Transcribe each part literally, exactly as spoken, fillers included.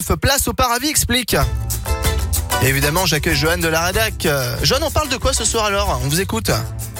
neuf, place au Paravis explique. Et évidemment, j'accueille Johan de la rédac. Euh, Johan, on parle de quoi ce soir alors? On vous écoute.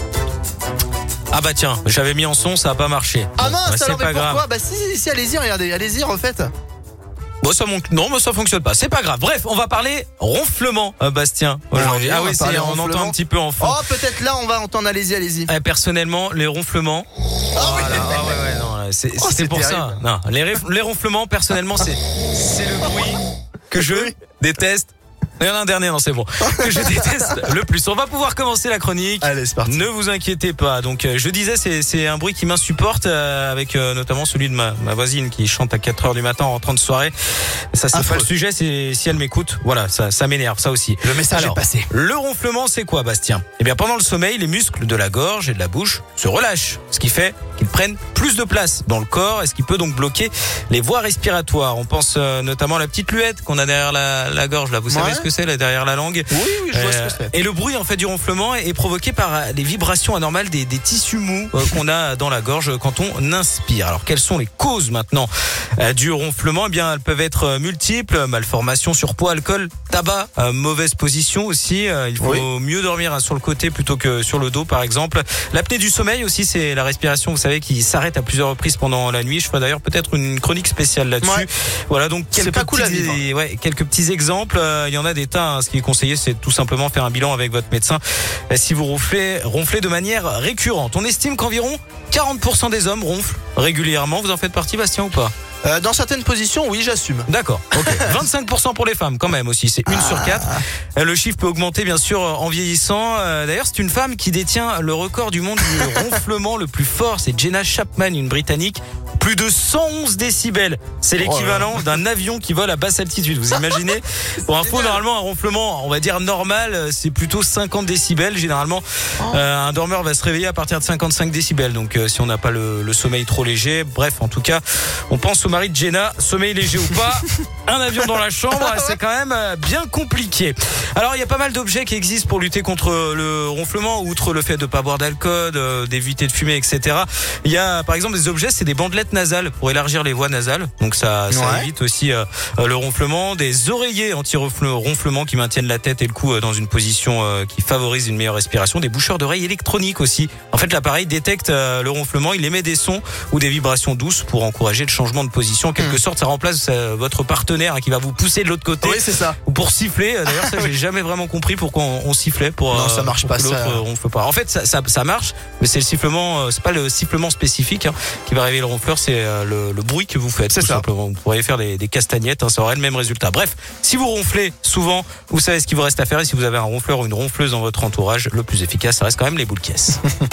Ah bah tiens, j'avais mis en son, ça a pas marché. Ah mince, bah, c'est alors mais pas pourquoi? grave. Bah si, si, si, allez-y, regardez, allez-y, refaites. Bon, ça mon... Non, mais ça fonctionne pas. C'est pas grave. Bref, on va parler ronflement, euh, Bastien. Aujourd'hui. Ah, Ah on va oui, parler c'est, on ronflement. entend un petit peu en fond. Oh, peut-être là, on va entendre, allez-y, allez-y. Eh, personnellement, les ronflements. Ah oui. Voilà. Ah ouais, ouais, non, là, c'est, Oh, c'est c'est pour terrible. ça. Non, les, ré- les ronflements, personnellement, c'est, c'est le bruit que je déteste. Il y en a un dernier, non, c'est bon. Que je déteste le plus. On va pouvoir commencer la chronique. Allez, c'est parti. Ne vous inquiétez pas. Donc, euh, je disais, c'est, c'est un bruit qui m'insupporte, euh, avec euh, notamment celui de ma, ma voisine qui chante à quatre heures du matin en rentrant de soirée. Ça, c'est Affreux. pas le sujet. C'est si elle m'écoute. Voilà, ça, ça m'énerve, ça aussi. Le message Alors, est passé. Le ronflement, c'est quoi, Bastien? Eh bien, pendant le sommeil, les muscles de la gorge et de la bouche se relâchent, ce qui fait qu'ils prennent plus de place dans le corps et ce qui peut donc bloquer les voies respiratoires. On pense euh, notamment à la petite luette qu'on a derrière la, la gorge. Là, vous savez Ouais. ce que c'est, là, derrière la langue? Oui, oui, je vois Euh, ce que c'est. Et le bruit en fait du ronflement est provoqué par euh, les vibrations anormales des, des tissus mous euh, qu'on a dans la gorge quand on inspire. Alors quelles sont les causes maintenant euh, du ronflement? Eh bien, elles peuvent être euh, multiples: malformation, surpoids, alcool, tabac, euh, mauvaise position aussi. Euh, il faut Oui. mieux dormir hein, sur le côté plutôt que sur le dos, par exemple. L'apnée du sommeil aussi, c'est la respiration, vous savez, qui s'arrête à plusieurs reprises pendant la nuit. Je ferai d'ailleurs peut-être une chronique spéciale là-dessus. Ouais. Voilà, donc C'est quelques pas cool à petits, vivre. ouais, quelques petits exemples. Euh, Il y en a des tas. Hein. Ce qui est conseillé, c'est tout simplement faire un bilan avec votre médecin euh, si vous ronflez, ronflez de manière récurrente. On estime qu'environ quarante pour cent des hommes ronflent régulièrement. Vous en faites partie, Bastien, ou pas? Euh, dans certaines positions, oui, j'assume. D'accord. Ok. vingt-cinq pour cent pour les femmes, quand même aussi. C'est une sur quatre. Euh, Le chiffre peut augmenter, bien sûr, en vieillissant. Euh, D'ailleurs, c'est une femme qui détient le record du monde du ronflement le plus fort. C'est Jenna Chapman, une Britannique. Plus de cent onze décibels. C'est l'équivalent d'un avion qui vole à basse altitude. Vous imaginez? Pour info, génial. normalement, un ronflement, on va dire normal, euh, c'est plutôt cinquante décibels. Généralement, euh, un dormeur va se réveiller à partir de cinquante-cinq décibels. Donc, euh, si on n'a pas le, le sommeil trop léger, bref, en tout cas, on pense au mari de Jenna, sommeil léger ou pas, un avion dans la chambre, c'est quand même euh, bien compliqué. Alors, il y a pas mal d'objets qui existent pour lutter contre le ronflement, outre le fait de pas boire d'alcool, euh, d'éviter de fumer, et cetera. Il y a, par exemple, des objets, c'est des bandelettes nasales pour élargir les voies nasales. Donc, ça, ça Ouais. évite aussi euh, le ronflement. Des oreillers anti-ronflement qui maintiennent la tête et le cou euh, dans une position euh, qui favorise une meilleure respiration. Des boucheurs d'oreilles électroniques aussi. En fait, l'appareil détecte euh, le ronflement, il émet des sons ou des vibrations douces pour encourager le changement de position. En quelque Mmh. sorte, ça remplace euh, votre partenaire hein, qui va vous pousser de l'autre côté. Oui, c'est ça. Ou pour siffler. D'ailleurs, ça, j'ai jamais vraiment compris pourquoi on, on sifflait pour. Non, ça marche pour pas, que l'autre, ça. euh, ronfle pas. En fait, ça, ça, ça marche, mais c'est le sifflement. euh, C'est pas le sifflement spécifique hein, qui va réveiller le ronfleur. C'est euh, le, le bruit que vous faites. C'est tout ça. simplement. Vous pourriez faire des, des castagnettes, hein, ça aurait le même résultat. Bref, si vous ronflez souvent, vous savez ce qu'il vous reste à faire. Et si vous avez un ronfleur ou une ronfleuse dans votre entourage, le plus efficace, ça reste quand même les boules caisses.